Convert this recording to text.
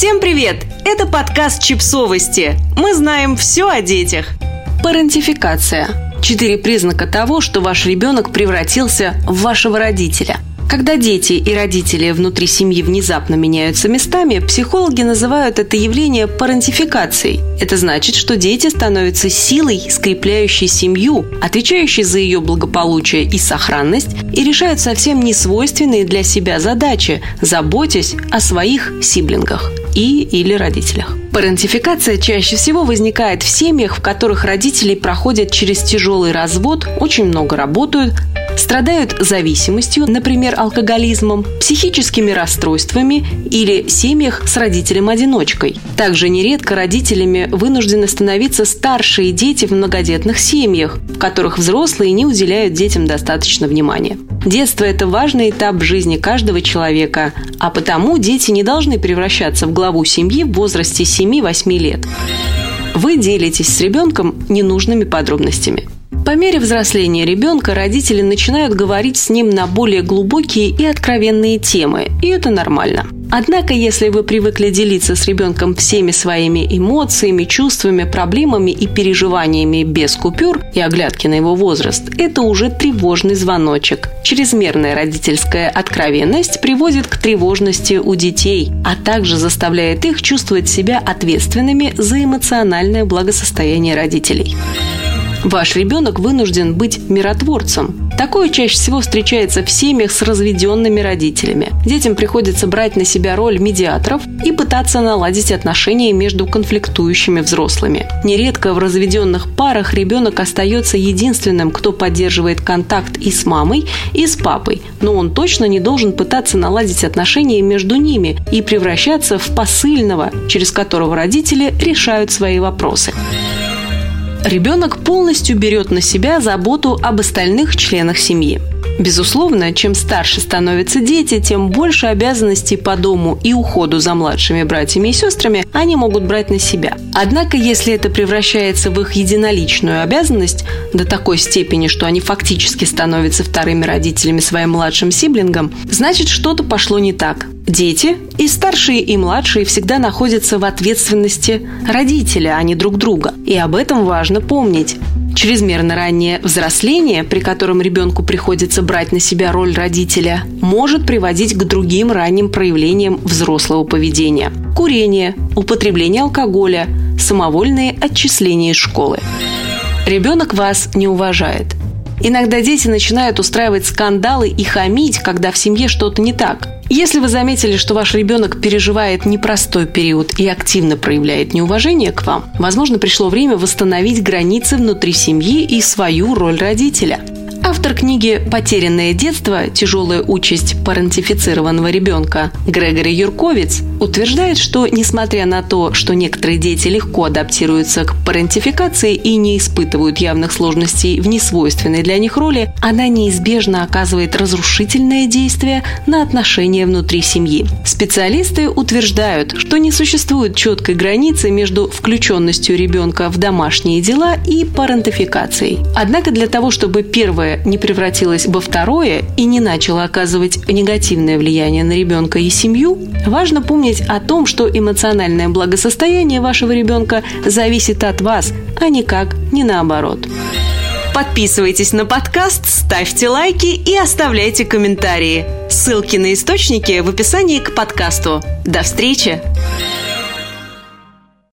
Всем привет! Это подкаст «Чипсовости». Мы знаем все о детях. Парентификация. 4 признака того, что ваш ребенок превратился в вашего родителя. Когда дети и родители внутри семьи внезапно меняются местами, психологи называют это явление парентификацией. Это значит, что дети становятся силой, скрепляющей семью, отвечающей за ее благополучие и сохранность, и решают совсем не свойственные для себя задачи, заботясь о своих сиблингах или родителях. Парентификация чаще всего возникает в семьях, в которых родители проходят через тяжелый развод, очень много работают, страдают зависимостью, например, алкоголизмом, психическими расстройствами или семьях с родителем-одиночкой. Также нередко родителями вынуждены становиться старшие дети в многодетных семьях, в которых взрослые не уделяют детям достаточно внимания. Детство – это важный этап жизни каждого человека, а потому дети не должны превращаться в главу семьи в возрасте 7-8 лет. Вы делитесь с ребенком ненужными подробностями. По мере взросления ребенка родители начинают говорить с ним на более глубокие и откровенные темы, и это нормально. Однако, если вы привыкли делиться с ребенком всеми своими эмоциями, чувствами, проблемами и переживаниями без купюр и оглядки на его возраст, это уже тревожный звоночек. Чрезмерная родительская откровенность приводит к тревожности у детей, а также заставляет их чувствовать себя ответственными за эмоциональное благосостояние родителей. Ваш ребенок вынужден быть миротворцем. Такое чаще всего встречается в семьях с разведенными родителями. Детям приходится брать на себя роль медиаторов и пытаться наладить отношения между конфликтующими взрослыми. Нередко в разведенных парах ребенок остается единственным, кто поддерживает контакт и с мамой, и с папой, но он точно не должен пытаться наладить отношения между ними и превращаться в посыльного, через которого родители решают свои вопросы. Ребенок полностью берет на себя заботу об остальных членах семьи. Безусловно, чем старше становятся дети, тем больше обязанностей по дому и уходу за младшими братьями и сестрами они могут брать на себя. Однако, если это превращается в их единоличную обязанность до такой степени, что они фактически становятся вторыми родителями своим младшим сиблингам, значит, что-то пошло не так. Дети, и старшие, и младшие, всегда находятся в ответственности родителя, а не друг друга. И об этом важно помнить. Чрезмерно раннее взросление, при котором ребенку приходится брать на себя роль родителя, может приводить к другим ранним проявлениям взрослого поведения. Курение, употребление алкоголя, самовольные отчисления из школы. Ребенок вас не уважает. Иногда дети начинают устраивать скандалы и хамить, когда в семье что-то не так. Если вы заметили, что ваш ребенок переживает непростой период и активно проявляет неуважение к вам, возможно, пришло время восстановить границы внутри семьи и свою роль родителя. Автор книги «Потерянное детство. Тяжелая участь парентифицированного ребенка» Грегори Юрковиц утверждает, что, несмотря на то, что некоторые дети легко адаптируются к парентификации и не испытывают явных сложностей в несвойственной для них роли, она неизбежно оказывает разрушительное действие на отношения внутри семьи. Специалисты утверждают, что не существует четкой границы между включенностью ребенка в домашние дела и парентификацией. Однако для того, чтобы первое не превратилось во второе и не начало оказывать негативное влияние на ребенка и семью, важно помнить о том, что эмоциональное благосостояние вашего ребенка зависит от вас, а никак не наоборот. Подписывайтесь на подкаст, ставьте лайки и оставляйте комментарии. Ссылки на источники в описании к подкасту. До встречи!